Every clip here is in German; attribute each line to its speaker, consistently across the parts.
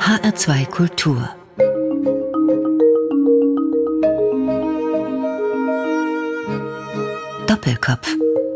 Speaker 1: HR2 Kultur. Doppelkopf.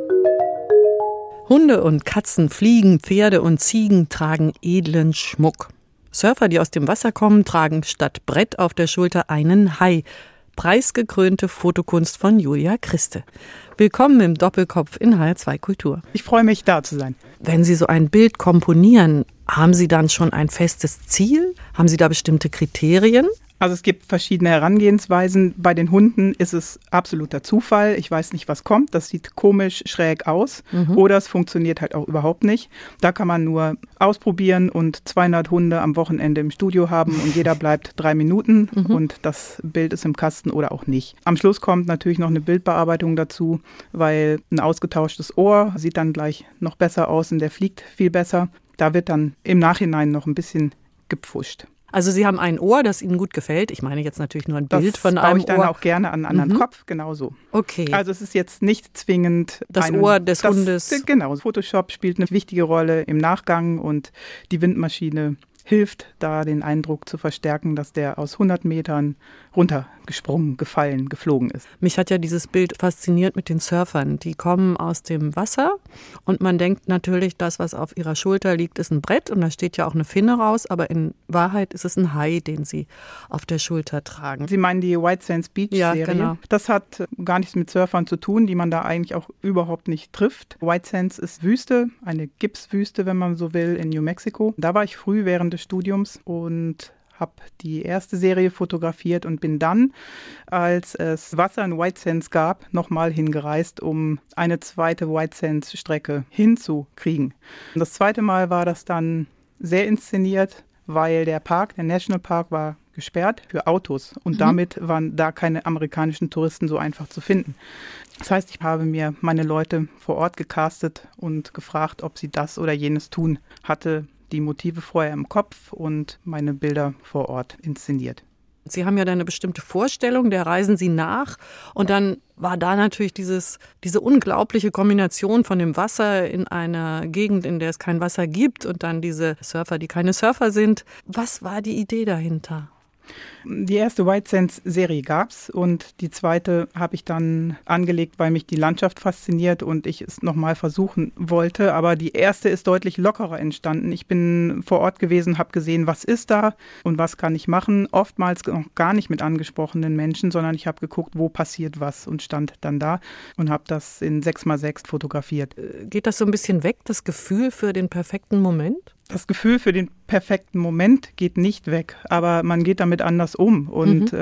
Speaker 2: Hunde und Katzen, Fliegen, Pferde und Ziegen tragen edlen Schmuck. Surfer, die aus dem Wasser kommen, tragen statt Brett auf der Schulter einen Hai. Preisgekrönte Fotokunst von Julia Christe. Willkommen im Doppelkopf in HR2 Kultur.
Speaker 3: Ich freue mich, da zu sein.
Speaker 2: Wenn Sie so ein Bild komponieren, haben Sie dann schon ein festes Ziel? Haben Sie da bestimmte Kriterien?
Speaker 3: Also es gibt verschiedene Herangehensweisen. Bei den Hunden ist es absoluter Zufall. Ich weiß nicht, was kommt. Das sieht komisch schräg aus. Oder es funktioniert halt auch überhaupt nicht. Da kann man nur ausprobieren und 200 Hunde am Wochenende im Studio haben und jeder bleibt 3 Minuten und das Bild ist im Kasten oder auch nicht. Am Schluss kommt natürlich noch eine Bildbearbeitung dazu, weil ein ausgetauschtes Ohr sieht dann gleich noch besser aus und der fliegt viel besser. Da wird dann im Nachhinein noch ein bisschen gepfuscht.
Speaker 2: Also Sie haben ein Ohr, das Ihnen gut gefällt. Ich meine jetzt natürlich nur ein Bild von einem Ohr.
Speaker 3: Das baue ich dann auch gerne an einen anderen Kopf, genauso.
Speaker 2: Okay.
Speaker 3: Also es ist jetzt nicht zwingend
Speaker 2: das Ohr des Hundes.
Speaker 3: Genau, Photoshop spielt eine wichtige Rolle im Nachgang und die Windmaschine hilft, da den Eindruck zu verstärken, dass der aus 100 Metern runtergesprungen, gefallen, geflogen ist.
Speaker 2: Mich hat ja dieses Bild fasziniert mit den Surfern. Die kommen aus dem Wasser und man denkt natürlich, das, was auf ihrer Schulter liegt, ist ein Brett und da steht ja auch eine Finne raus, aber in Wahrheit ist es ein Hai, den sie auf der Schulter tragen.
Speaker 3: Sie meinen die White Sands Beach Serie?
Speaker 2: Ja, genau.
Speaker 3: Das hat gar nichts mit Surfern zu tun, die man da eigentlich auch überhaupt nicht trifft. White Sands ist Wüste, eine Gipswüste, wenn man so will, in New Mexico. Da war ich früh während des Studiums und habe die erste Serie fotografiert und bin dann, als es Wasser in White Sands gab, nochmal hingereist, um eine zweite White Sands Strecke hinzukriegen. Und das zweite Mal war das dann sehr inszeniert, weil der Park, der National Park, war gesperrt für Autos und damit waren da keine amerikanischen Touristen so einfach zu finden. Das heißt, ich habe mir meine Leute vor Ort gecastet und gefragt, ob sie das oder jenes tun, hatte die Motive vorher im Kopf und meine Bilder vor Ort inszeniert.
Speaker 2: Sie haben ja dann eine bestimmte Vorstellung, der reisen Sie nach und dann war da natürlich diese unglaubliche Kombination von dem Wasser in einer Gegend, in der es kein Wasser gibt und dann diese Surfer, die keine Surfer sind. Was war die Idee dahinter?
Speaker 3: Die erste White Sands Serie gab's und die zweite habe ich dann angelegt, weil mich die Landschaft fasziniert und ich es nochmal versuchen wollte. Aber die erste ist deutlich lockerer entstanden. Ich bin vor Ort gewesen, habe gesehen, was ist da und was kann ich machen. Oftmals noch gar nicht mit angesprochenen Menschen, sondern ich habe geguckt, wo passiert was und stand dann da und habe das in 6x6 fotografiert.
Speaker 2: Geht das so ein bisschen weg, das Gefühl für den perfekten Moment?
Speaker 3: Das Gefühl für den perfekten Moment geht nicht weg, aber man geht damit anders um und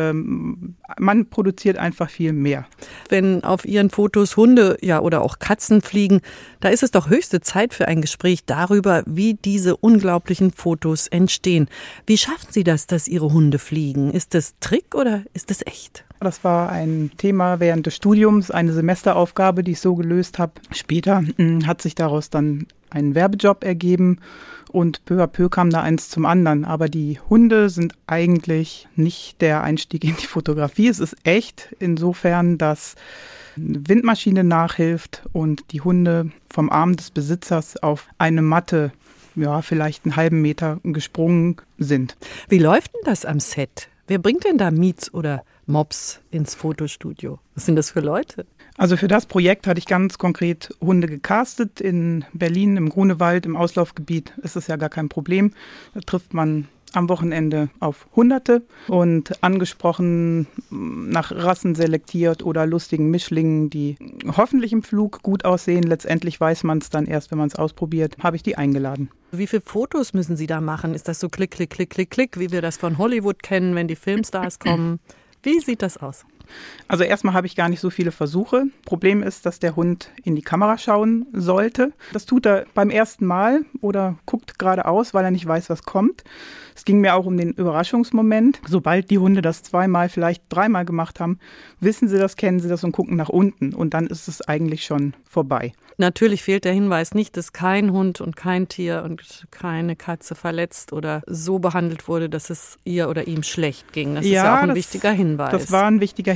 Speaker 3: man produziert einfach viel mehr.
Speaker 2: Wenn auf Ihren Fotos Hunde oder auch Katzen fliegen, da ist es doch höchste Zeit für ein Gespräch darüber, wie diese unglaublichen Fotos entstehen. Wie schaffen Sie das, dass Ihre Hunde fliegen? Ist das Trick oder ist das echt?
Speaker 3: Das war ein Thema während des Studiums, eine Semesteraufgabe, die ich so gelöst habe. Später hat sich daraus dann ein Werbejob ergeben und peu à peu kam da eins zum anderen. Aber die Hunde sind eigentlich nicht der Einstieg in die Fotografie. Es ist echt insofern, dass eine Windmaschine nachhilft und die Hunde vom Arm des Besitzers auf eine Matte, vielleicht einen halben Meter gesprungen sind.
Speaker 2: Wie läuft denn das am Set? Wer bringt denn da Miets oder Mops ins Fotostudio? Was sind das für Leute?
Speaker 3: Also für das Projekt hatte ich ganz konkret Hunde gecastet. In Berlin, im Grunewald, im Auslaufgebiet ist es ja gar kein Problem. Da trifft man am Wochenende auf Hunderte und angesprochen, nach Rassen selektiert oder lustigen Mischlingen, die hoffentlich im Flug gut aussehen. Letztendlich weiß man es dann erst, wenn man es ausprobiert, habe ich die eingeladen.
Speaker 2: Wie viele Fotos müssen Sie da machen? Ist das so klick, klick, klick, klick, klick, wie wir das von Hollywood kennen, wenn die Filmstars kommen? Wie sieht das aus?
Speaker 3: Also erstmal habe ich gar nicht so viele Versuche. Problem ist, dass der Hund in die Kamera schauen sollte. Das tut er beim ersten Mal oder guckt geradeaus, weil er nicht weiß, was kommt. Es ging mir auch um den Überraschungsmoment. Sobald die Hunde das 2-mal, vielleicht 3-mal gemacht haben, wissen sie das, kennen sie das und gucken nach unten. Und dann ist es eigentlich schon vorbei.
Speaker 2: Natürlich fehlt der Hinweis nicht, dass kein Hund und kein Tier und keine Katze verletzt oder so behandelt wurde, dass es ihr oder ihm schlecht ging. Das ist ja auch ein wichtiger Hinweis.
Speaker 3: Das war ein wichtiger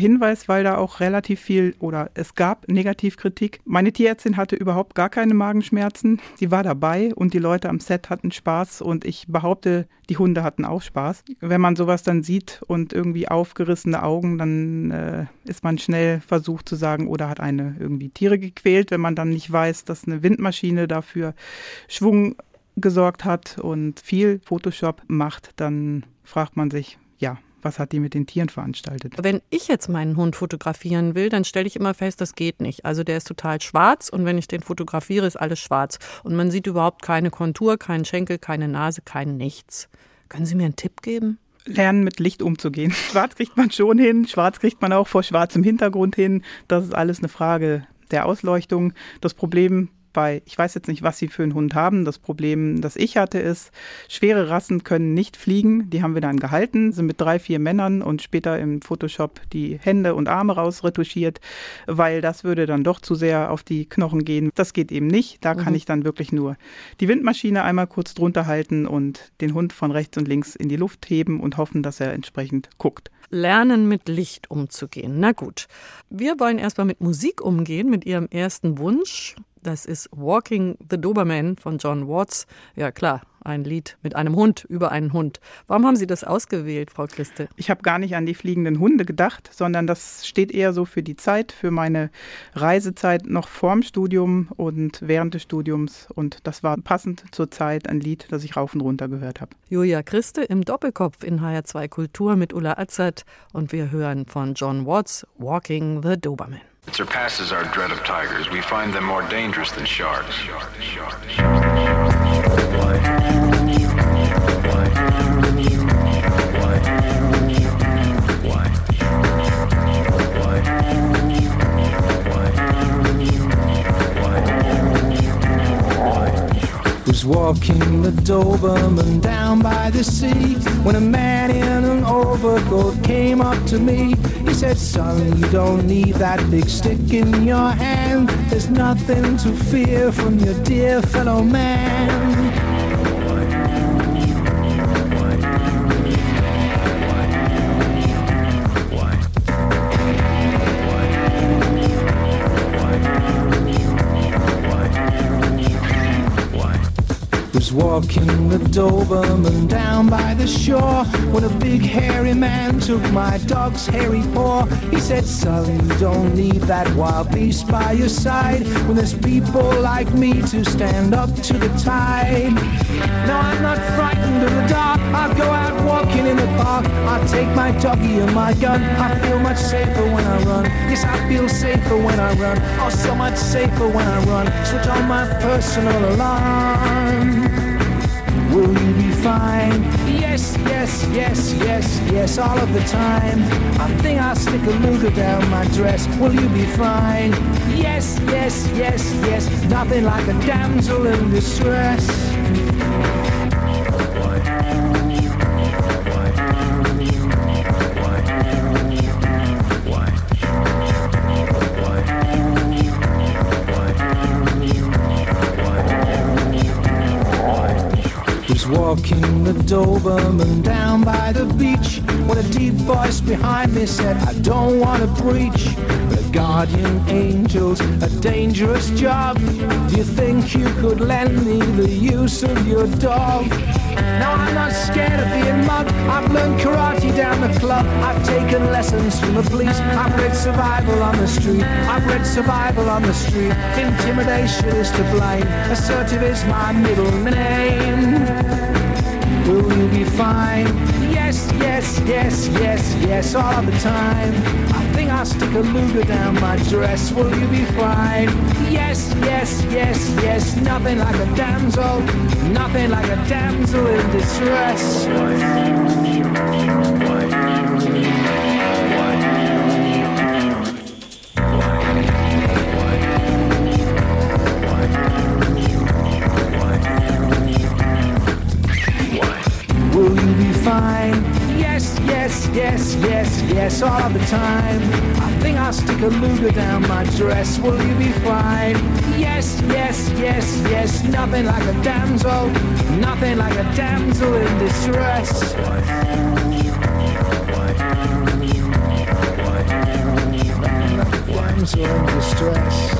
Speaker 3: Hinweis, weil da auch relativ viel oder es gab Negativkritik. Meine Tierärztin hatte überhaupt gar keine Magenschmerzen. Sie war dabei und die Leute am Set hatten Spaß und ich behaupte, die Hunde hatten auch Spaß. Wenn man sowas dann sieht und irgendwie aufgerissene Augen, dann ist man schnell versucht zu sagen, oder hat eine irgendwie Tiere gequält, wenn man dann nicht weiß, dass eine Windmaschine dafür Schwung gesorgt hat und viel Photoshop macht, dann fragt man sich, ja, was hat die mit den Tieren veranstaltet?
Speaker 2: Wenn ich jetzt meinen Hund fotografieren will, dann stelle ich immer fest, das geht nicht. Also der ist total schwarz und wenn ich den fotografiere, ist alles schwarz. Und man sieht überhaupt keine Kontur, keinen Schenkel, keine Nase, kein Nichts. Können Sie mir einen Tipp geben?
Speaker 3: Lernen, mit Licht umzugehen. Schwarz kriegt man schon hin, schwarz kriegt man auch vor schwarzem Hintergrund hin. Das ist alles eine Frage der Ausleuchtung. Das Problem ich weiß jetzt nicht, was Sie für einen Hund haben. Das Problem, das ich hatte, ist, schwere Rassen können nicht fliegen. Die haben wir dann gehalten, sind mit 3, 4 Männern und später im Photoshop die Hände und Arme rausretuschiert, weil das würde dann doch zu sehr auf die Knochen gehen. Das geht eben nicht. Da kann ich dann wirklich nur die Windmaschine einmal kurz drunter halten und den Hund von rechts und links in die Luft heben und hoffen, dass er entsprechend guckt.
Speaker 2: Lernen, mit Licht umzugehen. Na gut. Wir wollen erstmal mit Musik umgehen, mit Ihrem ersten Wunsch. Das ist Walking the Doberman von John Watts. Ja klar, ein Lied mit einem Hund, über einen Hund. Warum haben Sie das ausgewählt, Frau Christe?
Speaker 3: Ich habe gar nicht an die fliegenden Hunde gedacht, sondern das steht eher so für die Zeit, für meine Reisezeit noch vorm Studium und während des Studiums. Und das war passend zur Zeit ein Lied, das ich rauf und runter gehört habe.
Speaker 2: Julia Christe im Doppelkopf in HR2 Kultur mit Ulla Azad und wir hören von John Watts Walking the Doberman.
Speaker 4: It surpasses our dread of tigers. We find them more dangerous than sharks.
Speaker 5: Was walking the Doberman down by the sea when a man in an overcoat came up to me. He said, son, you don't need that big stick in your hand. There's nothing to fear from your dear fellow man. Walking the Doberman down by the shore when a big hairy man took my dog's hairy paw. He said, son, you don't need that wild beast by your side when there's people like me to stand up to the tide. No, I'm not frightened of the dark. I'll go out walking in the park. I'll take my doggy and my gun. I feel much safer when I run. Yes, I feel safer when I run. Oh, so much safer when I run. Switch on my personal alarm. Will you be fine? Yes, yes, yes, yes, yes, all of the time. I think I'll stick a Luger down my dress. Will you be fine? Yes, yes, yes, yes, nothing like a damsel in distress. Walking the Doberman down by the beach when a deep voice behind me said, I don't want to preach, but a guardian angel's a dangerous job. Do you think you could lend me the use of your dog? No, I'm not scared of being mugged. I've learned karate down the club. I've taken lessons from the police. I've read survival on the street. I've read survival on the street. Intimidation is to blame. Assertive is my middle name. Will you be fine? Yes, yes, yes, yes, yes, all the time. I think I'll stick a Luger down my dress. Will you be fine? Yes, yes, yes, yes, nothing like a damsel. Nothing like a damsel in distress. Will you be fine? Yes, yes, yes, yes, yes, all the time. I think I'll stick a Luger down my dress. Will you be fine? Yes, yes, yes, yes, nothing like a damsel. Nothing like a damsel in distress. damsel in distress.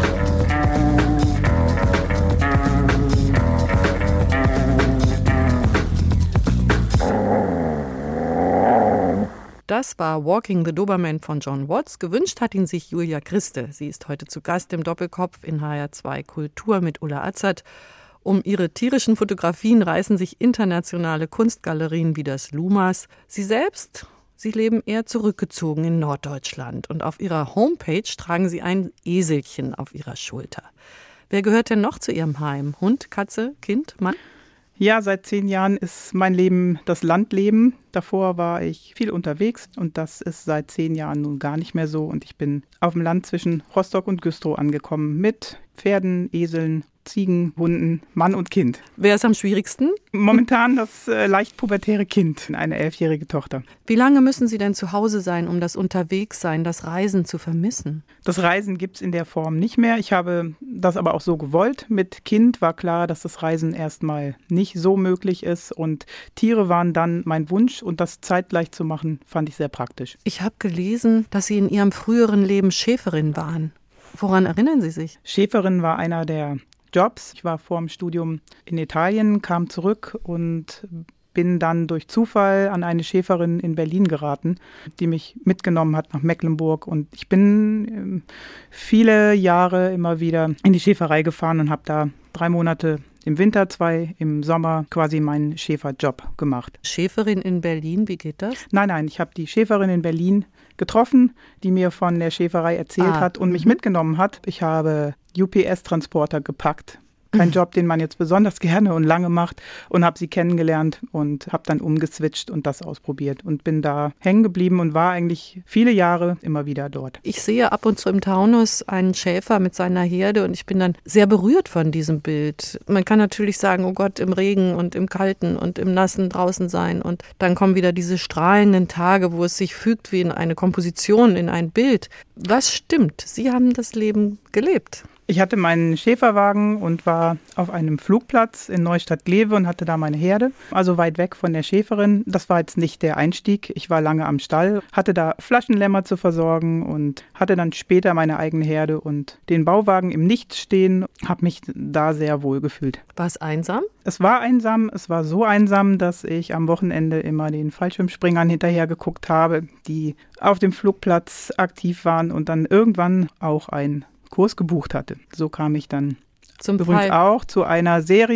Speaker 2: Das war Walking the Doberman von John Watts. Gewünscht hat ihn sich Julia Christe. Sie ist heute zu Gast im Doppelkopf in HR2 Kultur mit Ulla Azad. Um ihre tierischen Fotografien reißen sich internationale Kunstgalerien wie das LUMAS. Sie selbst, sie leben eher zurückgezogen in Norddeutschland. Und auf ihrer Homepage tragen sie ein Eselchen auf ihrer Schulter. Wer gehört denn noch zu ihrem Heim? Hund, Katze, Kind, Mann?
Speaker 3: Ja, seit 10 Jahren ist mein Leben das Landleben. Davor war ich viel unterwegs und das ist seit 10 Jahren nun gar nicht mehr so. Und ich bin auf dem Land zwischen Rostock und Güstrow angekommen mit Pferden, Eseln, Ziegen, Hunden, Mann und Kind.
Speaker 2: Wer ist am schwierigsten?
Speaker 3: Momentan das leicht pubertäre Kind, eine 11-jährige Tochter.
Speaker 2: Wie lange müssen Sie denn zu Hause sein, um das Unterwegssein, das Reisen zu vermissen?
Speaker 3: Das Reisen gibt es in der Form nicht mehr. Ich habe das aber auch so gewollt. Mit Kind war klar, dass das Reisen erstmal nicht so möglich ist. Und Tiere waren dann mein Wunsch. Und das zeitgleich zu machen, fand ich sehr praktisch.
Speaker 2: Ich habe gelesen, dass Sie in Ihrem früheren Leben Schäferin waren. Woran erinnern Sie sich?
Speaker 3: Schäferin war einer der Jobs. Ich war vor dem Studium in Italien, kam zurück und bin dann durch Zufall an eine Schäferin in Berlin geraten, die mich mitgenommen hat nach Mecklenburg. Und ich bin viele Jahre immer wieder in die Schäferei gefahren und habe da 3 Monate im Winter, 2 im Sommer quasi meinen Schäferjob gemacht.
Speaker 2: Schäferin in Berlin, wie geht das?
Speaker 3: Nein, ich habe die Schäferin in Berlin getroffen, die mir von der Schäferei erzählt hat und mich mitgenommen hat. Ich habe UPS-Transporter gepackt. Kein Job, den man jetzt besonders gerne und lange macht, und habe sie kennengelernt und habe dann umgeswitcht und das ausprobiert und bin da hängen geblieben und war eigentlich viele Jahre immer wieder dort.
Speaker 2: Ich sehe ab und zu im Taunus einen Schäfer mit seiner Herde und ich bin dann sehr berührt von diesem Bild. Man kann natürlich sagen, oh Gott, im Regen und im Kalten und im Nassen draußen sein, und dann kommen wieder diese strahlenden Tage, wo es sich fügt wie in eine Komposition, in ein Bild. Was stimmt? Sie haben das Leben gelebt.
Speaker 3: Ich hatte meinen Schäferwagen und war auf einem Flugplatz in Neustadt-Glewe und hatte da meine Herde, also weit weg von der Schäferin. Das war jetzt nicht der Einstieg. Ich war lange am Stall, hatte da Flaschenlämmer zu versorgen und hatte dann später meine eigene Herde und den Bauwagen im Nichts stehen, habe mich da sehr wohl gefühlt.
Speaker 2: War es einsam?
Speaker 3: Es war einsam. Es war so einsam, dass ich am Wochenende immer den Fallschirmspringern hinterher geguckt habe, die auf dem Flugplatz aktiv waren und dann irgendwann auch ein Kurs gebucht hatte. So kam ich dann übrigens auch zu einer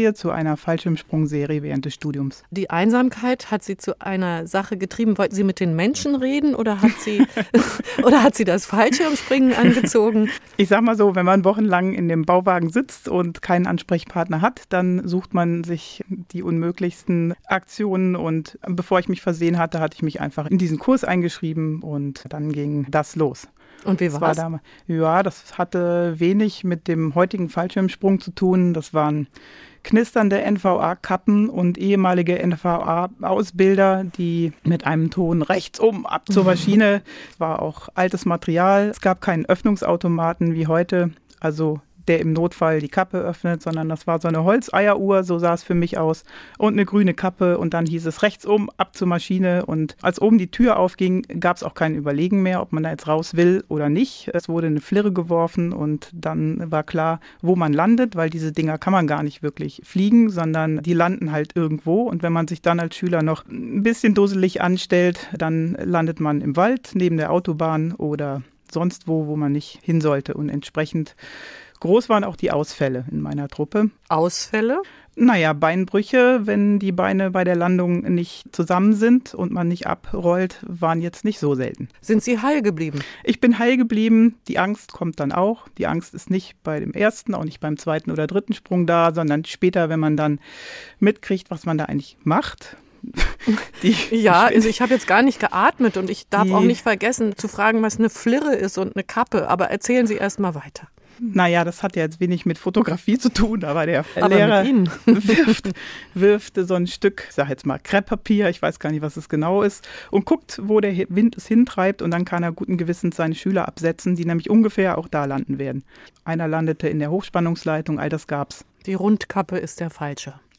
Speaker 3: Fallschirmsprungserie während des Studiums.
Speaker 2: Die Einsamkeit hat Sie zu einer Sache getrieben. Wollten Sie mit den Menschen reden oder hat sie das Fallschirmspringen angezogen?
Speaker 3: Ich sag mal so, wenn man wochenlang in dem Bauwagen sitzt und keinen Ansprechpartner hat, dann sucht man sich die unmöglichsten Aktionen, und bevor ich mich versehen hatte, hatte ich mich einfach in diesen Kurs eingeschrieben und dann ging das los.
Speaker 2: Und wie war das?
Speaker 3: Ja, das hatte wenig mit dem heutigen Fallschirmsprung zu tun. Das waren knisternde NVA-Kappen und ehemalige NVA-Ausbilder, die mit einem Ton rechts ab zur Maschine. Es war auch altes Material. Es gab keinen Öffnungsautomaten wie heute, also der im Notfall die Kappe öffnet, sondern das war so eine Holzeieruhr, so sah es für mich aus, und eine grüne Kappe, und dann hieß es rechts ab zur Maschine, und als oben die Tür aufging, gab es auch kein Überlegen mehr, ob man da jetzt raus will oder nicht. Es wurde eine Flirre geworfen und dann war klar, wo man landet, weil diese Dinger kann man gar nicht wirklich fliegen, sondern die landen halt irgendwo, und wenn man sich dann als Schüler noch ein bisschen dusselig anstellt, dann landet man im Wald, neben der Autobahn oder sonst wo man nicht hin sollte, und entsprechend groß waren auch die Ausfälle in meiner Truppe.
Speaker 2: Ausfälle?
Speaker 3: Naja, Beinbrüche, wenn die Beine bei der Landung nicht zusammen sind und man nicht abrollt, waren jetzt nicht so selten.
Speaker 2: Sind Sie heil geblieben?
Speaker 3: Ich bin heil geblieben. Die Angst kommt dann auch. Die Angst ist nicht bei dem ersten, auch nicht beim zweiten oder dritten Sprung da, sondern später, wenn man dann mitkriegt, was man da eigentlich macht.
Speaker 2: Also ich habe jetzt gar nicht geatmet und ich darf auch nicht vergessen zu fragen, was eine Flirre ist und eine Kappe. Aber erzählen Sie erst mal weiter.
Speaker 3: Naja, das hat ja jetzt wenig mit Fotografie zu tun, aber der Lehrer wirft so ein Stück, ich sag jetzt mal Krepppapier, ich weiß gar nicht, was es genau ist, und guckt, wo der Wind es hintreibt, und dann kann er guten Gewissens seine Schüler absetzen, die nämlich ungefähr auch da landen werden. Einer landete in der Hochspannungsleitung, all das gab's.
Speaker 2: Die Rundkappe ist der falsche.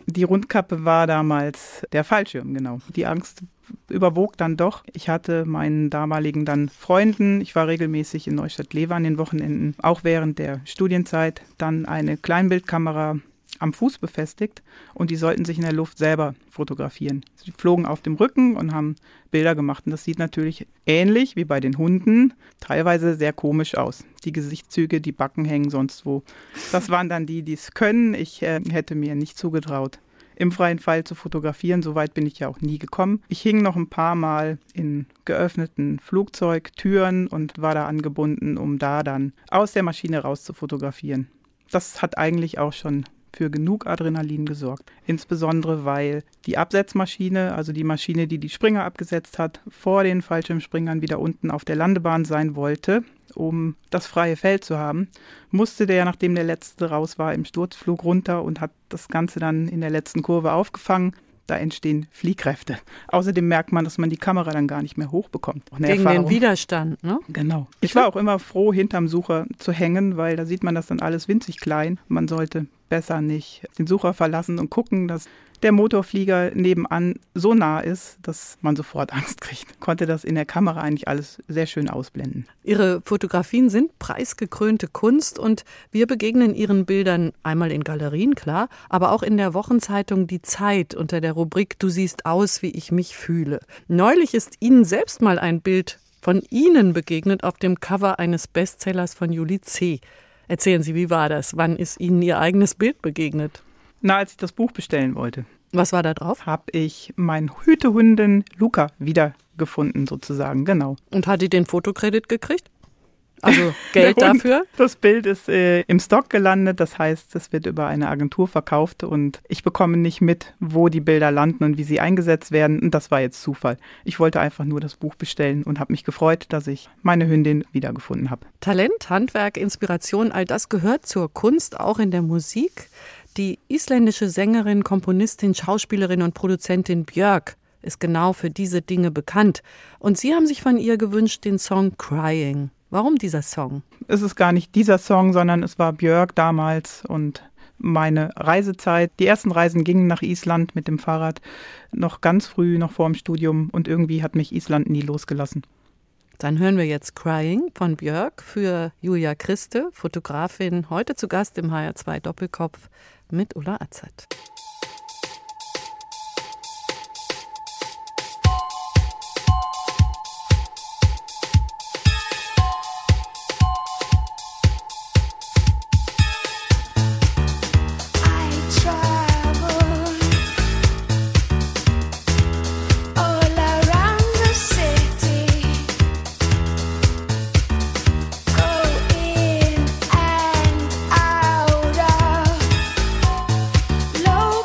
Speaker 3: Die Rundkappe war damals der Fallschirm, genau. Die Angst überwog dann doch. Ich hatte meinen damaligen dann Freunden, ich war regelmäßig in Neustadt-Lewe an den Wochenenden, auch während der Studienzeit, dann eine Kleinbildkamera am Fuß befestigt und die sollten sich in der Luft selber fotografieren. Sie flogen auf dem Rücken und haben Bilder gemacht und das sieht natürlich ähnlich wie bei den Hunden, teilweise sehr komisch aus. Die Gesichtszüge, die Backen hängen sonst wo. Das waren dann die es können. Ich hätte mir nicht zugetraut, im freien Fall zu fotografieren. So weit bin ich ja auch nie gekommen. Ich hing noch ein paar Mal in geöffneten Flugzeugtüren und war da angebunden, um da dann aus der Maschine raus zu fotografieren. Das hat eigentlich auch schon für genug Adrenalin gesorgt. Insbesondere, weil die Absetzmaschine, also die Maschine, die die Springer abgesetzt hat, vor den Fallschirmspringern wieder unten auf der Landebahn sein wollte, um das freie Feld zu haben, musste der, nachdem der letzte raus war, im Sturzflug runter und hat das Ganze dann in der letzten Kurve aufgefangen. Da entstehen Fliehkräfte. Außerdem merkt man, dass man die Kamera dann gar nicht mehr hochbekommt.
Speaker 2: Gegen den Widerstand, ne?
Speaker 3: Genau. Ich war auch immer froh, hinterm Sucher zu hängen, weil da sieht man das dann alles winzig klein. Man sollte besser nicht den Sucher verlassen und gucken, dass der Motorflieger nebenan so nah ist, dass man sofort Angst kriegt. Konnte das in der Kamera eigentlich alles sehr schön ausblenden.
Speaker 2: Ihre Fotografien sind preisgekrönte Kunst und wir begegnen Ihren Bildern einmal in Galerien, klar, aber auch in der Wochenzeitung Die Zeit unter der Rubrik Du siehst aus, wie ich mich fühle. Neulich ist Ihnen selbst mal ein Bild von Ihnen begegnet auf dem Cover eines Bestsellers von Julie C. Erzählen Sie, wie war das? Wann ist Ihnen Ihr eigenes Bild begegnet?
Speaker 3: Na, als ich das Buch bestellen wollte.
Speaker 2: Was war da drauf?
Speaker 3: Habe ich meinen Hütehunden Luca wiedergefunden, sozusagen, genau.
Speaker 2: Und hat die den Fotokredit gekriegt? Also Geld dafür?
Speaker 3: Das Bild ist im Stock gelandet, das heißt, es wird über eine Agentur verkauft und ich bekomme nicht mit, wo die Bilder landen und wie sie eingesetzt werden. Und das war jetzt Zufall. Ich wollte einfach nur das Buch bestellen und habe mich gefreut, dass ich meine Hündin wiedergefunden habe.
Speaker 2: Talent, Handwerk, Inspiration, all das gehört zur Kunst, auch in der Musik. Die isländische Sängerin, Komponistin, Schauspielerin und Produzentin Björk ist genau für diese Dinge bekannt. Und Sie haben sich von ihr gewünscht den Song Crying. Warum dieser Song? Es
Speaker 3: ist gar nicht dieser Song, sondern es war Björk damals und meine Reisezeit. Die ersten Reisen gingen nach Island mit dem Fahrrad noch ganz früh, noch vor dem Studium und irgendwie hat mich Island nie losgelassen.
Speaker 2: Dann hören wir jetzt Crying von Björk für Julia Christe, Fotografin, heute zu Gast im HR2 Doppelkopf mit Ulla Azad.
Speaker 6: Low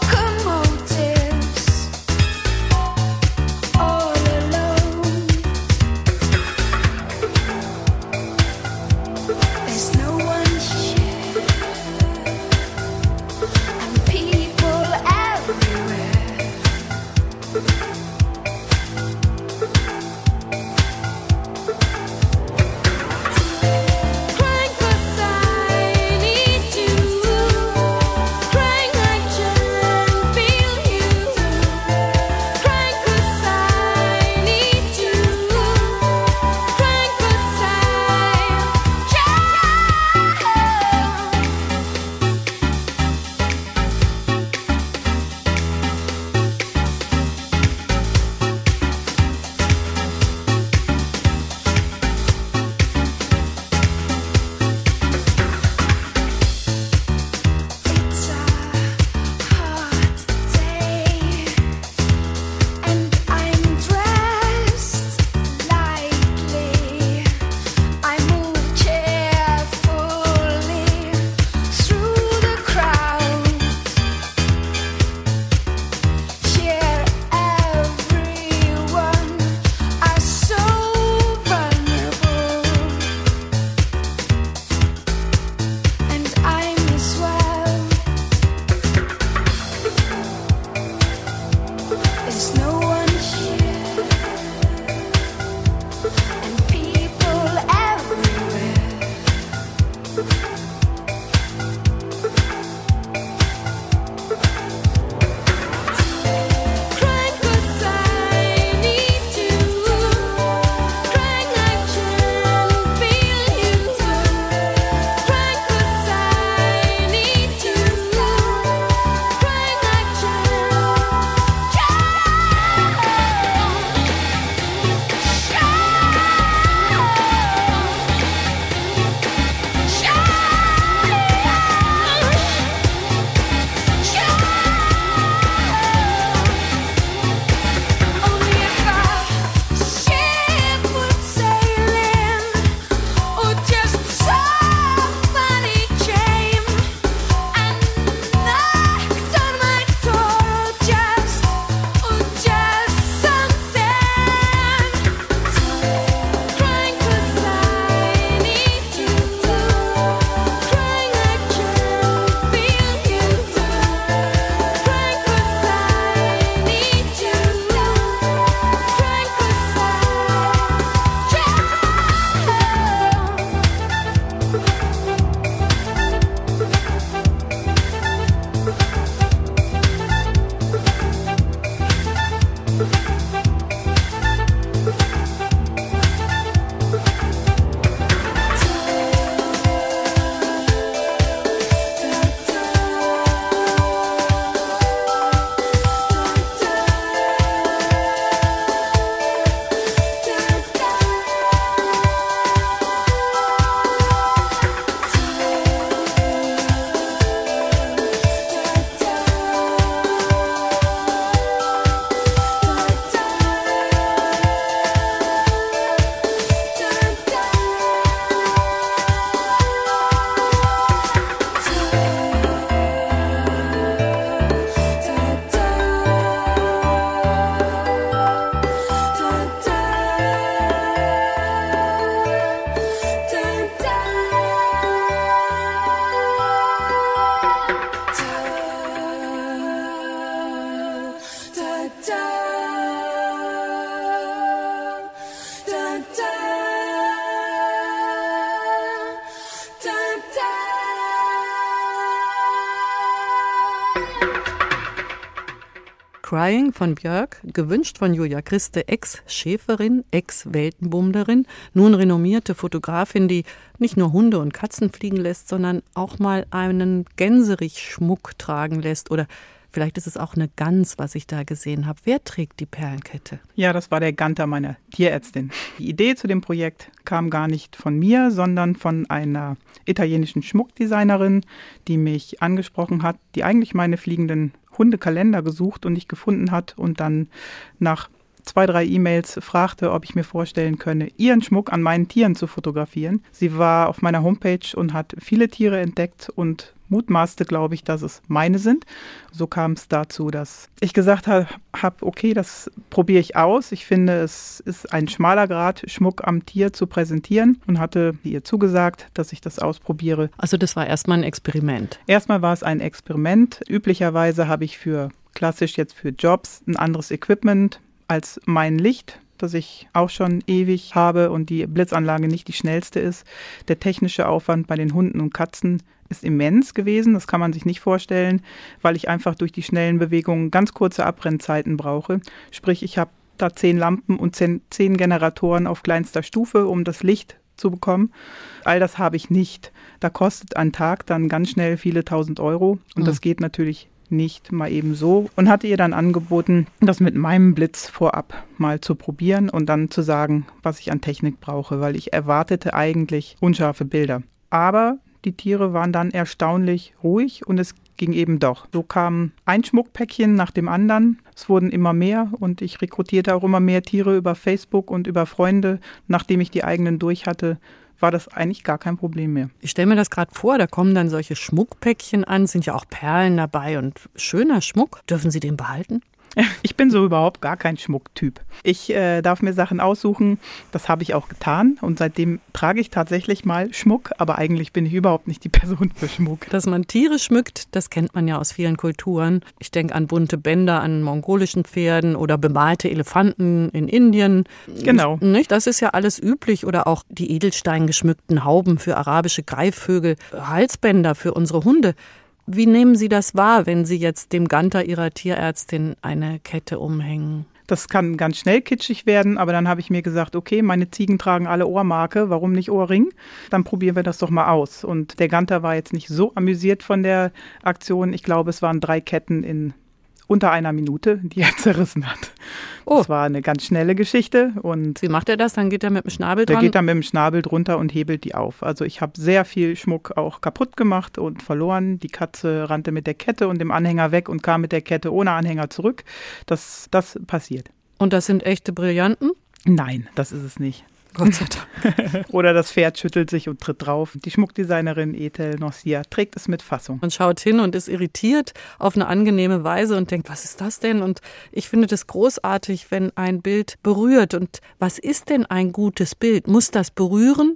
Speaker 2: Crying von Björk, gewünscht von Julia Christe, Ex-Schäferin, Ex-Weltenbummlerin, nun renommierte Fotografin, die nicht nur Hunde und Katzen fliegen lässt, sondern auch mal einen Gänserich-Schmuck tragen lässt. Oder vielleicht ist es auch eine Gans, was ich da gesehen habe. Wer trägt die Perlenkette?
Speaker 3: Ja, das war der Ganter meiner Tierärztin. Die Idee zu dem Projekt kam gar nicht von mir, sondern von einer italienischen Schmuckdesignerin, die mich angesprochen hat, die eigentlich meine fliegenden Hundekalender gesucht und nicht gefunden hat und dann nach 2, 3 E-Mails fragte, ob ich mir vorstellen könne, ihren Schmuck an meinen Tieren zu fotografieren. Sie war auf meiner Homepage und hat viele Tiere entdeckt und mutmaßte, glaube ich, dass es meine sind. So kam es dazu, dass ich gesagt habe, okay, das probiere ich aus. Ich finde, es ist ein schmaler Grad, Schmuck am Tier zu präsentieren und hatte ihr zugesagt, dass ich das ausprobiere.
Speaker 2: Also das war erstmal ein Experiment.
Speaker 3: Erstmal war es ein Experiment. Üblicherweise habe ich klassisch jetzt für Jobs ein anderes Equipment als mein Licht, das ich auch schon ewig habe und die Blitzanlage nicht die schnellste ist. Der technische Aufwand bei den Hunden und Katzen ist immens gewesen. Das kann man sich nicht vorstellen, weil ich einfach durch die schnellen Bewegungen ganz kurze Abbrennzeiten brauche. Sprich, ich habe da 10 Lampen und 10 Generatoren auf kleinster Stufe, um das Licht zu bekommen. All das habe ich nicht. Da kostet ein Tag dann ganz schnell viele tausend Euro und das geht natürlich nicht mal eben so und hatte ihr dann angeboten, das mit meinem Blitz vorab mal zu probieren und dann zu sagen, was ich an Technik brauche, weil ich erwartete eigentlich unscharfe Bilder. Aber die Tiere waren dann erstaunlich ruhig und es ging eben doch. So kam ein Schmuckpäckchen nach dem anderen. Es wurden immer mehr und ich rekrutierte auch immer mehr Tiere über Facebook und über Freunde. Nachdem ich die eigenen durch hatte, war das eigentlich gar kein Problem mehr.
Speaker 2: Ich stelle mir das gerade vor, da kommen dann solche Schmuckpäckchen an, sind ja auch Perlen dabei und schöner Schmuck. Dürfen Sie den behalten?
Speaker 3: Ich bin so überhaupt gar kein Schmucktyp. Ich darf mir Sachen aussuchen, das habe ich auch getan und seitdem trage ich tatsächlich mal Schmuck, aber eigentlich bin ich überhaupt nicht die Person für Schmuck.
Speaker 2: Dass man Tiere schmückt, das kennt man ja aus vielen Kulturen. Ich denke an bunte Bänder an mongolischen Pferden oder bemalte Elefanten in Indien.
Speaker 3: Genau.
Speaker 2: Nicht? Das ist ja alles üblich oder auch die edelsteingeschmückten Hauben für arabische Greifvögel, Halsbänder für unsere Hunde. Wie nehmen Sie das wahr, wenn Sie jetzt dem Ganter Ihrer Tierärztin eine Kette umhängen?
Speaker 3: Das kann ganz schnell kitschig werden, aber dann habe ich mir gesagt, okay, meine Ziegen tragen alle Ohrmarke, warum nicht Ohrring? Dann probieren wir das doch mal aus. Und der Ganter war jetzt nicht so amüsiert von der Aktion. Ich glaube, es waren 3 Ketten in unter einer Minute, die er zerrissen hat. Oh. Das war eine ganz schnelle Geschichte. Und
Speaker 2: wie macht er das? Dann geht er mit dem Schnabel dran?
Speaker 3: Der geht dann mit dem Schnabel drunter und hebelt die auf. Also ich habe sehr viel Schmuck auch kaputt gemacht und verloren. Die Katze rannte mit der Kette und dem Anhänger weg und kam mit der Kette ohne Anhänger zurück. Das passiert.
Speaker 2: Und das sind echte Brillanten?
Speaker 3: Nein, das ist es nicht.
Speaker 2: Gott sei Dank.
Speaker 3: Oder das Pferd schüttelt sich und tritt drauf. Die Schmuckdesignerin Ethel Norcia trägt es mit Fassung.
Speaker 2: Man schaut hin und ist irritiert auf eine angenehme Weise und denkt, was ist das denn? Und ich finde das großartig, wenn ein Bild berührt. Und was ist denn ein gutes Bild? Muss das berühren?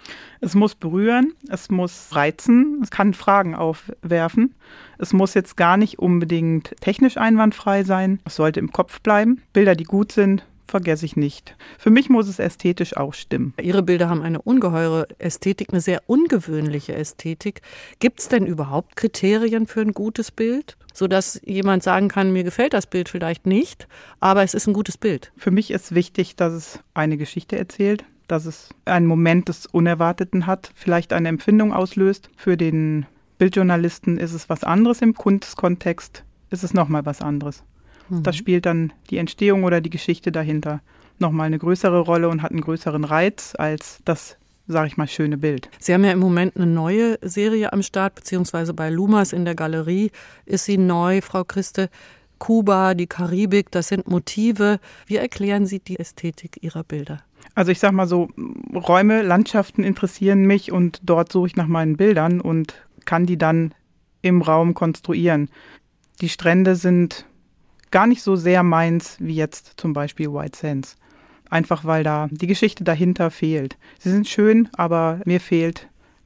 Speaker 3: Es muss berühren, es muss reizen, es kann Fragen aufwerfen. Es muss jetzt gar nicht unbedingt technisch einwandfrei sein. Es sollte im Kopf bleiben. Bilder, die gut sind, vergesse ich nicht. Für mich muss es ästhetisch auch stimmen.
Speaker 2: Ihre Bilder haben eine ungeheure Ästhetik, eine sehr ungewöhnliche Ästhetik. Gibt es denn überhaupt Kriterien für ein gutes Bild? Sodass jemand sagen kann, mir gefällt das Bild vielleicht nicht, aber es ist ein gutes Bild.
Speaker 3: Für mich ist wichtig, dass es eine Geschichte erzählt, dass es einen Moment des Unerwarteten hat, vielleicht eine Empfindung auslöst. Für den Bildjournalisten ist es was anderes, im Kunstkontext ist es nochmal was anderes. Das spielt dann die Entstehung oder die Geschichte dahinter nochmal eine größere Rolle und hat einen größeren Reiz als das, sage ich mal, schöne Bild.
Speaker 2: Sie haben ja im Moment eine neue Serie am Start, beziehungsweise bei Lumas in der Galerie ist sie neu, Frau Christe. Kuba, die Karibik, das sind Motive. Wie erklären Sie die Ästhetik Ihrer Bilder?
Speaker 3: Also ich sag mal so, Räume, Landschaften interessieren mich und dort suche ich nach meinen Bildern und kann die dann im Raum konstruieren. Die Strände sind gar nicht so sehr meins wie jetzt zum Beispiel White Sands. Einfach weil da die Geschichte dahinter fehlt. Sie sind schön, aber mir fehlt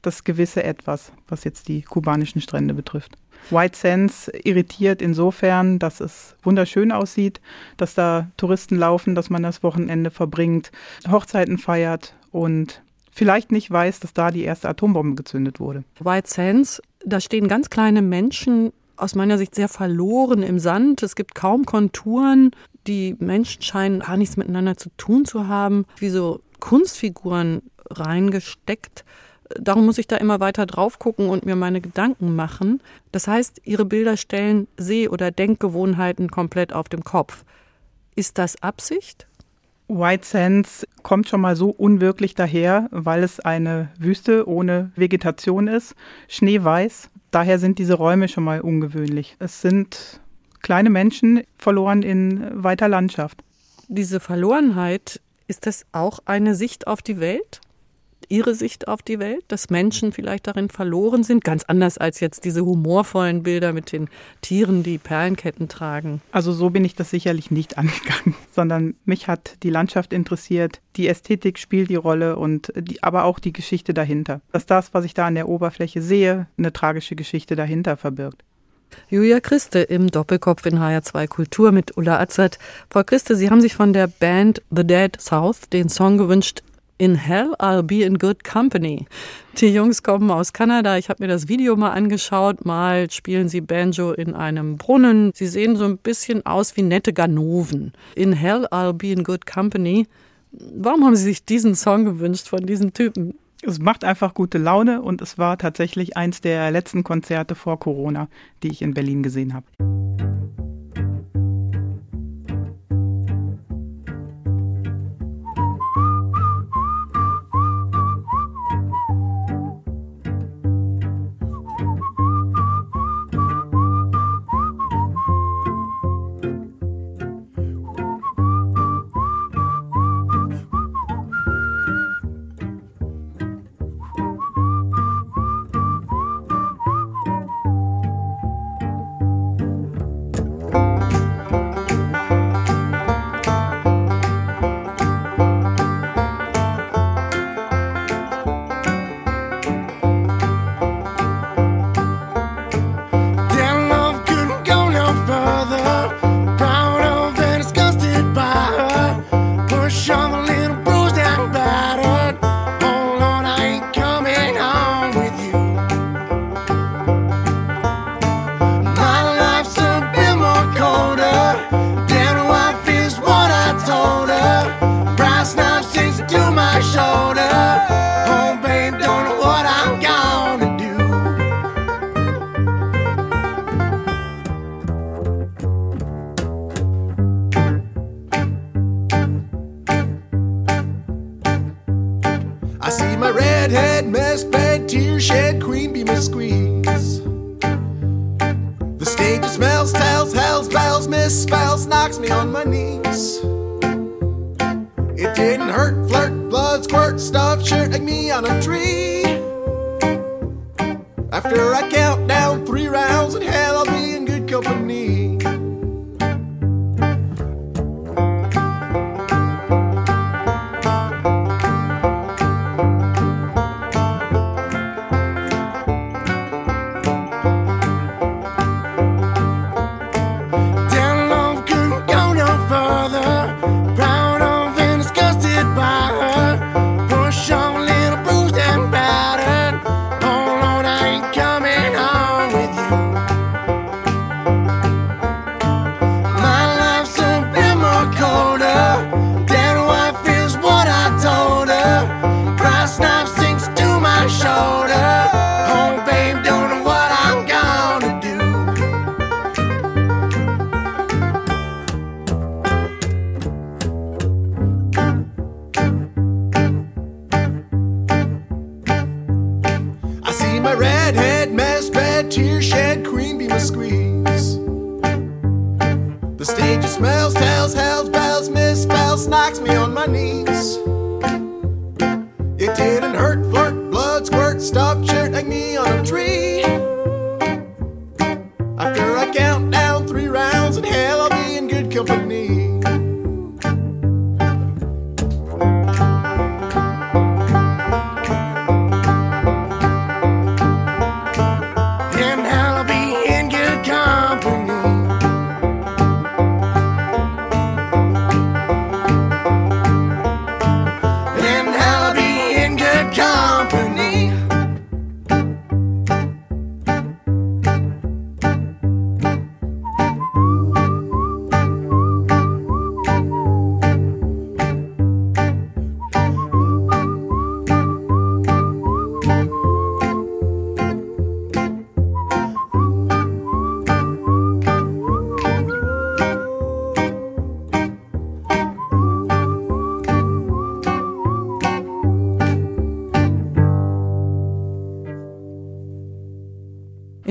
Speaker 3: das gewisse Etwas, was jetzt die kubanischen Strände betrifft. White Sands irritiert insofern, dass es wunderschön aussieht, dass da Touristen laufen, dass man das Wochenende verbringt, Hochzeiten feiert und vielleicht nicht weiß, dass da die erste Atombombe gezündet wurde.
Speaker 2: White Sands, da stehen ganz kleine Menschen, aus meiner Sicht sehr verloren im Sand. Es gibt kaum Konturen. Die Menschen scheinen gar nichts miteinander zu tun zu haben, wie so Kunstfiguren reingesteckt. Darum muss ich da immer weiter drauf gucken und mir meine Gedanken machen. Das heißt, Ihre Bilder stellen Seh- oder Denkgewohnheiten komplett auf den Kopf. Ist das Absicht?
Speaker 3: White Sands kommt schon mal so unwirklich daher, weil es eine Wüste ohne Vegetation ist, schneeweiß. Daher sind diese Räume schon mal ungewöhnlich. Es sind kleine Menschen verloren in weiter Landschaft.
Speaker 2: Diese Verlorenheit, ist das auch eine Sicht auf die Welt? Ihre Sicht auf die Welt, dass Menschen vielleicht darin verloren sind? Ganz anders als jetzt diese humorvollen Bilder mit den Tieren, die Perlenketten tragen.
Speaker 3: Also so bin ich das sicherlich nicht angegangen, sondern mich hat die Landschaft interessiert. Die Ästhetik spielt die Rolle aber auch die Geschichte dahinter. Dass das, was ich da an der Oberfläche sehe, eine tragische Geschichte dahinter verbirgt.
Speaker 2: Julia Christe im Doppelkopf in HR2 Kultur mit Ulla Azad. Frau Christe, Sie haben sich von der Band The Dead South den Song gewünscht, In Hell I'll Be in Good Company. Die Jungs kommen aus Kanada. Ich habe mir das Video mal angeschaut. Mal spielen sie Banjo in einem Brunnen. Sie sehen so ein bisschen aus wie nette Ganoven. In Hell I'll Be in Good Company. Warum haben Sie sich diesen Song gewünscht von diesen Typen?
Speaker 3: Es macht einfach gute Laune und es war tatsächlich eins der letzten Konzerte vor Corona, die ich in Berlin gesehen habe.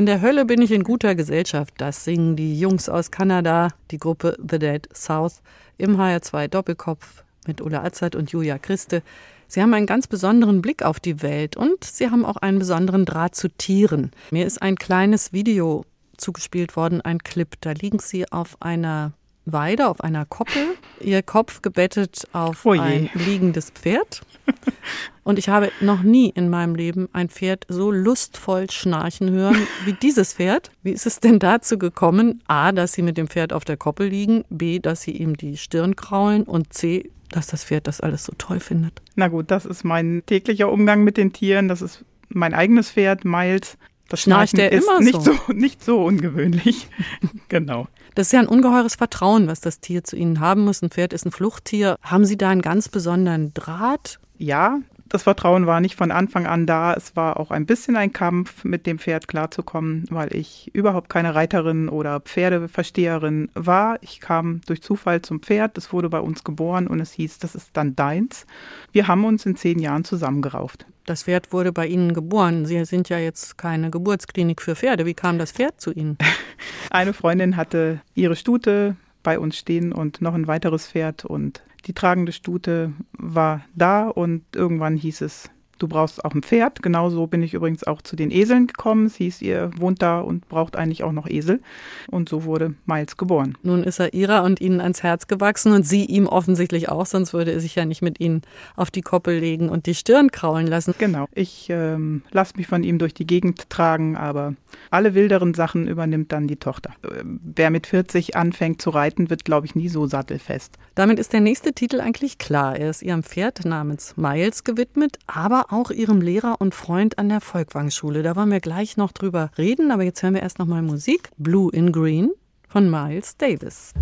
Speaker 2: In der Hölle bin ich in guter Gesellschaft. Das singen die Jungs aus Kanada, die Gruppe The Dead South, im HR2 Doppelkopf mit Ulla Azad und Julia Christe. Sie haben einen ganz besonderen Blick auf die Welt und sie haben auch einen besonderen Draht zu Tieren. Mir ist ein kleines Video zugespielt worden, ein Clip. Da liegen sie auf einer Weide, auf einer Koppel, ihr Kopf gebettet auf ein liegendes Pferd. Und ich habe noch nie in meinem Leben ein Pferd so lustvoll schnarchen hören wie dieses Pferd. Wie ist es denn dazu gekommen? A, dass sie mit dem Pferd auf der Koppel liegen, B, dass sie ihm die Stirn kraulen und C, dass das Pferd das alles so toll findet.
Speaker 3: Na gut, das ist mein täglicher Umgang mit den Tieren. Das ist mein eigenes Pferd, Miles. Das
Speaker 2: Schnarcht der
Speaker 3: ist
Speaker 2: immer
Speaker 3: nicht so ungewöhnlich. Genau.
Speaker 2: Das ist ja ein ungeheures Vertrauen, was das Tier zu Ihnen haben muss. Ein Pferd ist ein Fluchttier. Haben Sie da einen ganz besonderen Draht?
Speaker 3: Ja, das Vertrauen war nicht von Anfang an da. Es war auch ein bisschen ein Kampf, mit dem Pferd klarzukommen, weil ich überhaupt keine Reiterin oder Pferdeversteherin war. Ich kam durch Zufall zum Pferd. Es wurde bei uns geboren und es hieß, das ist dann deins. Wir haben uns in 10 Jahren zusammengerauft.
Speaker 2: Das Pferd wurde bei Ihnen geboren. Sie sind ja jetzt keine Geburtsklinik für Pferde. Wie kam das Pferd zu Ihnen?
Speaker 3: Eine Freundin hatte ihre Stute bei uns stehen und noch ein weiteres Pferd und die tragende Stute war da und irgendwann hieß es, du brauchst auch ein Pferd. Genauso bin ich übrigens auch zu den Eseln gekommen. Es hieß, ihr wohnt da und braucht eigentlich auch noch Esel. Und so wurde Miles geboren.
Speaker 2: Nun ist er Ihrer und Ihnen ans Herz gewachsen und Sie ihm offensichtlich auch, sonst würde er sich ja nicht mit Ihnen auf die Koppel legen und die Stirn kraulen lassen.
Speaker 3: Genau, ich lasse mich von ihm durch die Gegend tragen, aber alle wilderen Sachen übernimmt dann die Tochter. Wer mit 40 anfängt zu reiten, wird, glaube ich, nie so sattelfest.
Speaker 2: Damit ist der nächste Titel eigentlich klar. Er ist Ihrem Pferd namens Miles gewidmet, aber auch Ihrem Lehrer und Freund an der Volkwang-Schule. Da wollen wir gleich noch drüber reden, aber jetzt hören wir erst noch mal Musik. Blue in Green von Miles Davis.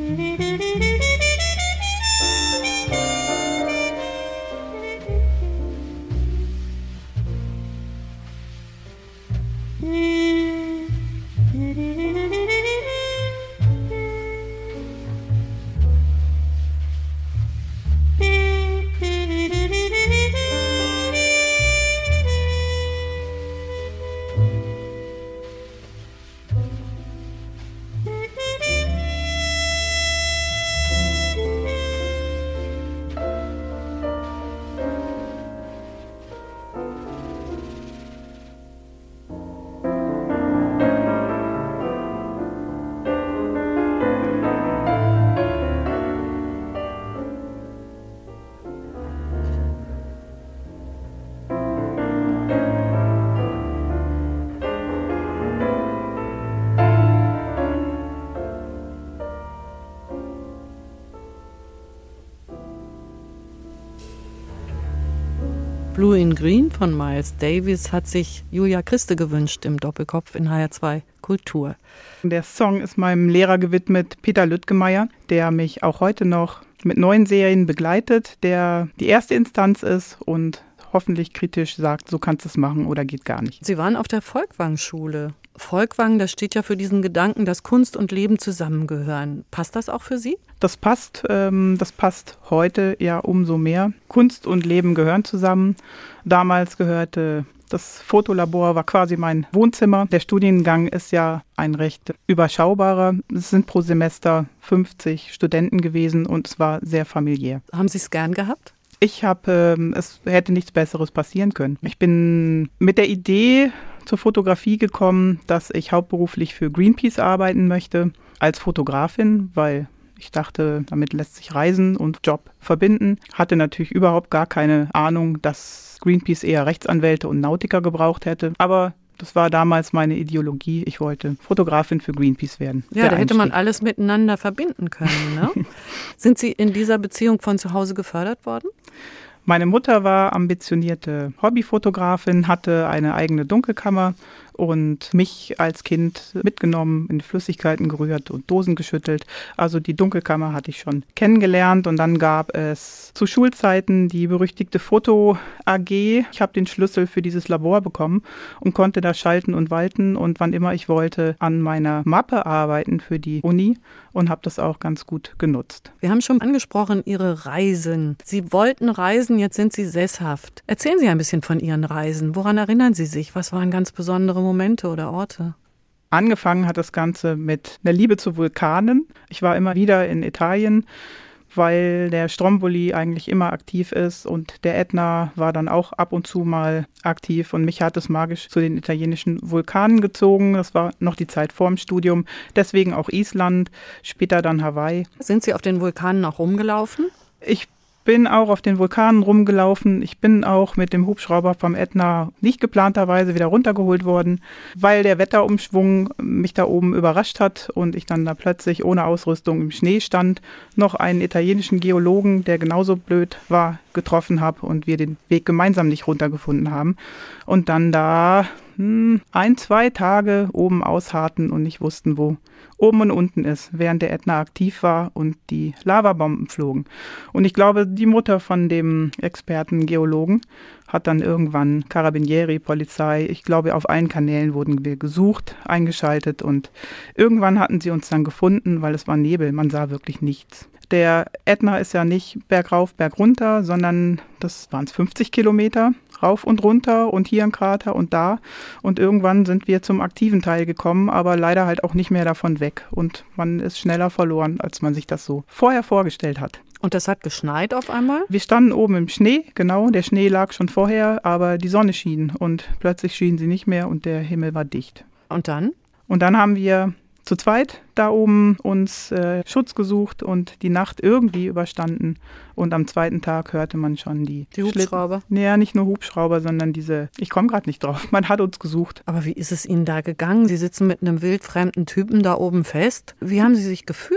Speaker 2: Blue in Green von Miles Davis hat sich Julia Christe gewünscht im Doppelkopf in HR2 Kultur.
Speaker 3: Der Song ist meinem Lehrer gewidmet, Peter Lüttgemeier, der mich auch heute noch mit neuen Serien begleitet, der die erste Instanz ist und hoffentlich kritisch sagt, so kannst du es machen oder geht gar nicht.
Speaker 2: Sie waren auf der Volkwang-Schule. Volkwang, das steht ja für diesen Gedanken, dass Kunst und Leben zusammengehören. Passt das auch für Sie?
Speaker 3: Das passt heute ja umso mehr. Kunst und Leben gehören zusammen. Damals gehörte das Fotolabor, war quasi mein Wohnzimmer. Der Studiengang ist ja ein recht überschaubarer. Es sind pro Semester 50 Studenten gewesen und es war sehr familiär.
Speaker 2: Haben Sie es gern gehabt?
Speaker 3: Es hätte nichts Besseres passieren können. Ich bin mit der Idee zur Fotografie gekommen, dass ich hauptberuflich für Greenpeace arbeiten möchte als Fotografin, weil ich dachte, damit lässt sich Reisen und Job verbinden. Hatte natürlich überhaupt gar keine Ahnung, dass Greenpeace eher Rechtsanwälte und Nautiker gebraucht hätte. Aber das war damals meine Ideologie. Ich wollte Fotografin für Greenpeace werden.
Speaker 2: Ja, da hätte man alles miteinander verbinden können, ne? Sind Sie in dieser Beziehung von zu Hause gefördert worden?
Speaker 3: Meine Mutter war ambitionierte Hobbyfotografin, hatte eine eigene Dunkelkammer und mich als Kind mitgenommen, in Flüssigkeiten gerührt und Dosen geschüttelt. Also die Dunkelkammer hatte ich schon kennengelernt und dann gab es zu Schulzeiten die berüchtigte Foto-AG. Ich habe den Schlüssel für dieses Labor bekommen und konnte da schalten und walten und wann immer ich wollte an meiner Mappe arbeiten für die Uni und habe das auch ganz gut genutzt.
Speaker 2: Wir haben schon angesprochen, Ihre Reisen. Sie wollten reisen, jetzt sind Sie sesshaft. Erzählen Sie ein bisschen von Ihren Reisen. Woran erinnern Sie sich? Was waren ganz besondere Momente oder Orte?
Speaker 3: Angefangen hat das Ganze mit einer Liebe zu Vulkanen. Ich war immer wieder in Italien, weil der Stromboli eigentlich immer aktiv ist und der Ätna war dann auch ab und zu mal aktiv und mich hat es magisch zu den italienischen Vulkanen gezogen. Das war noch die Zeit vor dem Studium, deswegen auch Island, später dann Hawaii.
Speaker 2: Sind Sie auf den Vulkanen auch rumgelaufen?
Speaker 3: Ich bin auch auf den Vulkanen rumgelaufen. Ich bin auch mit dem Hubschrauber vom Ätna nicht geplanterweise wieder runtergeholt worden, weil der Wetterumschwung mich da oben überrascht hat und ich dann da plötzlich ohne Ausrüstung im Schnee stand, noch einen italienischen Geologen, der genauso blöd war, getroffen habe und wir den Weg gemeinsam nicht runtergefunden haben. Und dann da 1-2 Tage oben ausharrten und nicht wussten, wo oben und unten ist, während der Ätna aktiv war und die Lavabomben flogen. Und ich glaube, die Mutter von dem Experten-Geologen hat dann irgendwann Carabinieri, Polizei, ich glaube, auf allen Kanälen wurden wir gesucht, eingeschaltet und irgendwann hatten sie uns dann gefunden, weil es war Nebel, man sah wirklich nichts. Der Ätna ist ja nicht bergauf, bergunter, sondern das waren 50 Kilometer rauf und runter und hier ein Krater und da. Und irgendwann sind wir zum aktiven Teil gekommen, aber leider halt auch nicht mehr davon weg. Und man ist schneller verloren, als man sich das so vorher vorgestellt hat.
Speaker 2: Und das hat geschneit auf einmal?
Speaker 3: Wir standen oben im Schnee, genau. Der Schnee lag schon vorher, aber die Sonne schien. Und plötzlich schien sie nicht mehr und der Himmel war dicht.
Speaker 2: Und dann?
Speaker 3: Und dann haben wir zu zweit da oben uns Schutz gesucht und die Nacht irgendwie überstanden. Und am zweiten Tag hörte man schon die
Speaker 2: Hubschrauber?
Speaker 3: Ja, nicht nur Hubschrauber, sondern ich komme gerade nicht drauf, man hat uns gesucht.
Speaker 2: Aber wie ist es Ihnen da gegangen? Sie sitzen mit einem wildfremden Typen da oben fest. Wie haben Sie sich gefühlt?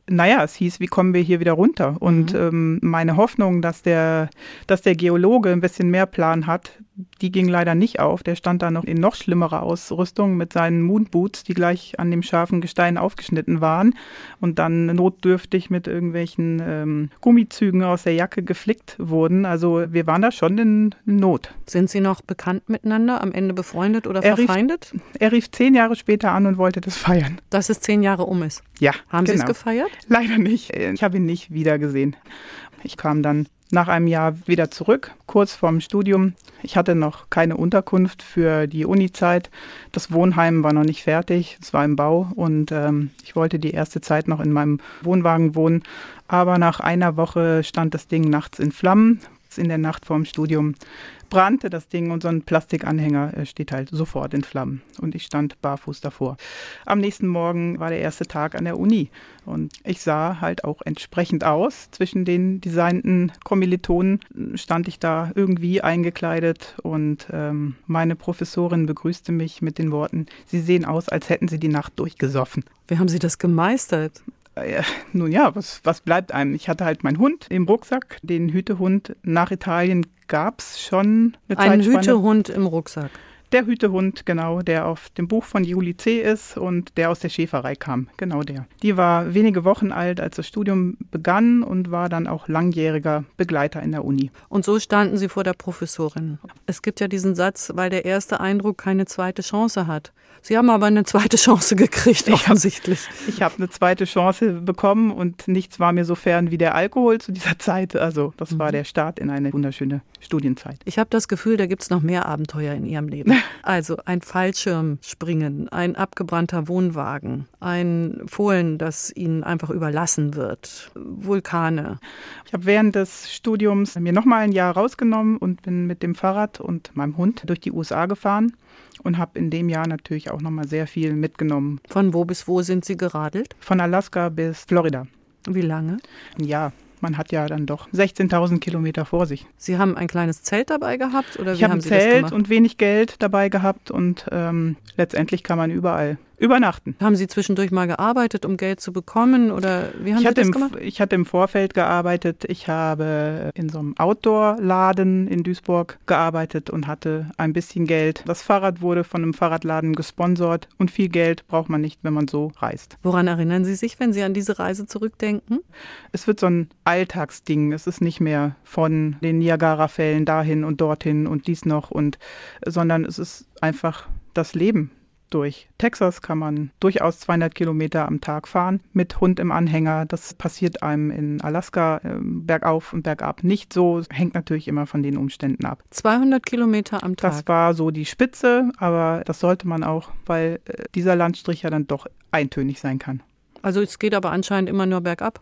Speaker 3: Naja, es hieß, wie kommen wir hier wieder runter? Und meine Hoffnung, dass der Geologe ein bisschen mehr Plan hat, die ging leider nicht auf. Der stand da noch in noch schlimmerer Ausrüstung mit seinen Moonboots, die gleich an dem scharfen Gestein aufgeschnitten waren und dann notdürftig mit irgendwelchen Gummizügen aus der Jacke geflickt wurden. Also wir waren da schon in Not.
Speaker 2: Sind Sie noch bekannt miteinander, am Ende befreundet oder verfeindet?
Speaker 3: Er rief 10 Jahre später an und wollte das feiern.
Speaker 2: Dass es 10 Jahre um ist?
Speaker 3: Ja,
Speaker 2: Haben
Speaker 3: genau.
Speaker 2: Sie es gefeiert?
Speaker 3: Leider nicht. Ich habe ihn nicht wiedergesehen. Ich kam dann nach einem Jahr wieder zurück, kurz vorm Studium. Ich hatte noch keine Unterkunft für die Uni-Zeit. Das Wohnheim war noch nicht fertig, es war im Bau und ich wollte die erste Zeit noch in meinem Wohnwagen wohnen. Aber nach einer Woche stand das Ding nachts in Flammen. In der Nacht vorm Studium brannte das Ding und so ein Plastikanhänger steht halt sofort in Flammen. Und ich stand barfuß davor. Am nächsten Morgen war der erste Tag an der Uni und ich sah halt auch entsprechend aus. Zwischen den designten Kommilitonen stand ich da irgendwie eingekleidet und meine Professorin begrüßte mich mit den Worten, Sie sehen aus, als hätten Sie die Nacht durchgesoffen.
Speaker 2: Wie haben Sie das gemeistert?
Speaker 3: Nun ja, was bleibt einem? Ich hatte halt meinen Hund im Rucksack. Den Hütehund nach Italien gab es schon eine Zeitspanne.
Speaker 2: Ein Hütehund im Rucksack?
Speaker 3: Der Hütehund, genau, der auf dem Buch von Julie C. ist und der aus der Schäferei kam. Genau der. Die war wenige Wochen alt, als das Studium begann und war dann auch langjähriger Begleiter in der Uni.
Speaker 2: Und so standen Sie vor der Professorin. Es gibt ja diesen Satz, weil der erste Eindruck keine zweite Chance hat. Sie haben aber eine zweite Chance gekriegt, offensichtlich.
Speaker 3: Ich habe eine zweite Chance bekommen und nichts war mir so fern wie der Alkohol zu dieser Zeit. Also das war der Start in eine wunderschöne Studienzeit.
Speaker 2: Ich habe das Gefühl, da gibt es noch mehr Abenteuer in Ihrem Leben. Also ein Fallschirmspringen, ein abgebrannter Wohnwagen, ein Fohlen, das Ihnen einfach überlassen wird, Vulkane.
Speaker 3: Ich habe während des Studiums mir nochmal ein Jahr rausgenommen und bin mit dem Fahrrad und meinem Hund durch die USA gefahren und habe in dem Jahr natürlich auch nochmal sehr viel mitgenommen.
Speaker 2: Von wo bis wo sind Sie geradelt?
Speaker 3: Von Alaska bis Florida.
Speaker 2: Wie lange?
Speaker 3: Ein Jahr. Man hat ja dann doch 16.000 Kilometer vor sich.
Speaker 2: Sie haben ein kleines Zelt dabei gehabt? Oder
Speaker 3: ich habe ein Zelt und wenig Geld dabei gehabt und letztendlich kann man überall übernachten.
Speaker 2: Haben Sie zwischendurch mal gearbeitet, um Geld zu bekommen? Oder wie haben Sie das gemacht?
Speaker 3: Ich hatte im Vorfeld gearbeitet. Ich habe in so einem Outdoor-Laden in Duisburg gearbeitet und hatte ein bisschen Geld. Das Fahrrad wurde von einem Fahrradladen gesponsert und viel Geld braucht man nicht, wenn man so reist.
Speaker 2: Woran erinnern Sie sich, wenn Sie an diese Reise zurückdenken?
Speaker 3: Es wird so ein Alltagsding. Es ist nicht mehr von den Niagara-Fällen dahin und dorthin und dies noch sondern es ist einfach das Leben. Durch Texas kann man durchaus 200 Kilometer am Tag fahren mit Hund im Anhänger. Das passiert einem in Alaska bergauf und bergab nicht so. Hängt natürlich immer von den Umständen ab.
Speaker 2: 200 Kilometer am Tag?
Speaker 3: Das war so die Spitze, aber das sollte man auch, weil dieser Landstrich ja dann doch eintönig sein kann.
Speaker 2: Also es geht aber anscheinend immer nur bergab?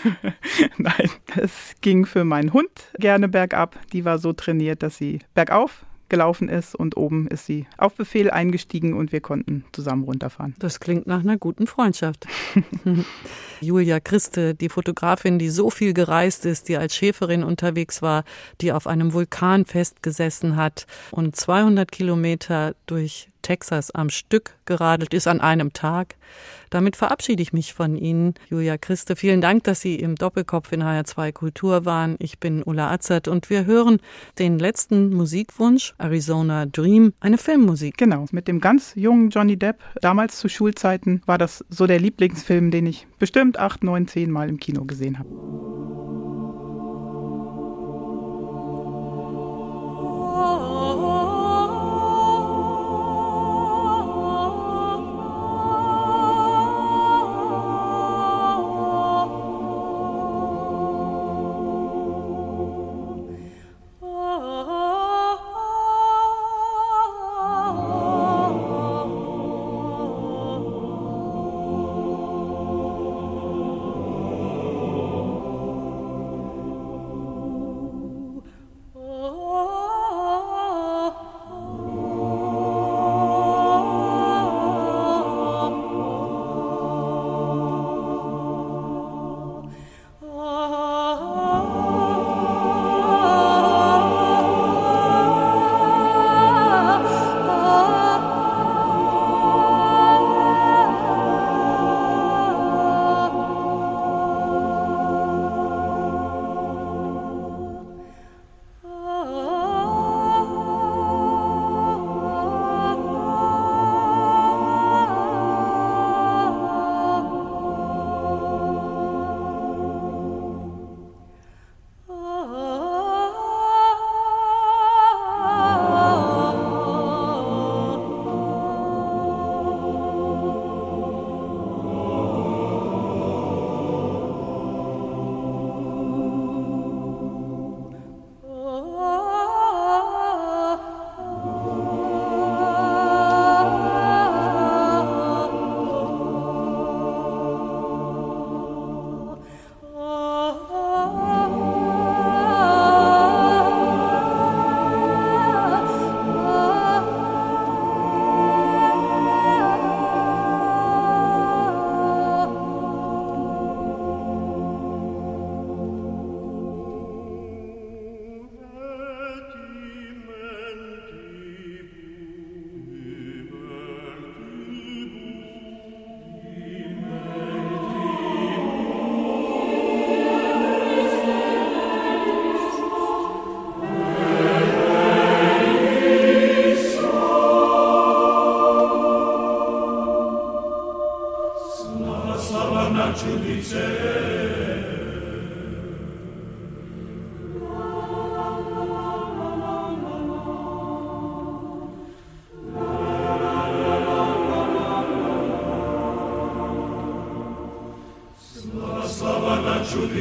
Speaker 3: Nein, es ging für meinen Hund gerne bergab. Die war so trainiert, dass sie bergauf gelaufen ist und oben ist sie auf Befehl eingestiegen und wir konnten zusammen runterfahren.
Speaker 2: Das klingt nach einer guten Freundschaft. Julia Christe, die Fotografin, die so viel gereist ist, die als Schäferin unterwegs war, die auf einem Vulkan festgesessen hat und 200 Kilometer durch Texas am Stück geradelt ist an einem Tag. Damit verabschiede ich mich von Ihnen, Julia Christe. Vielen Dank, dass Sie im Doppelkopf in HR2 Kultur waren. Ich bin Ulla Azert und wir hören den letzten Musikwunsch, Arizona Dream, eine Filmmusik.
Speaker 3: Genau, mit dem ganz jungen Johnny Depp. Damals zu Schulzeiten war das so der Lieblingsfilm, den ich bestimmt 8, 9, 10 Mal im Kino gesehen habe.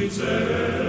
Speaker 6: Zählen.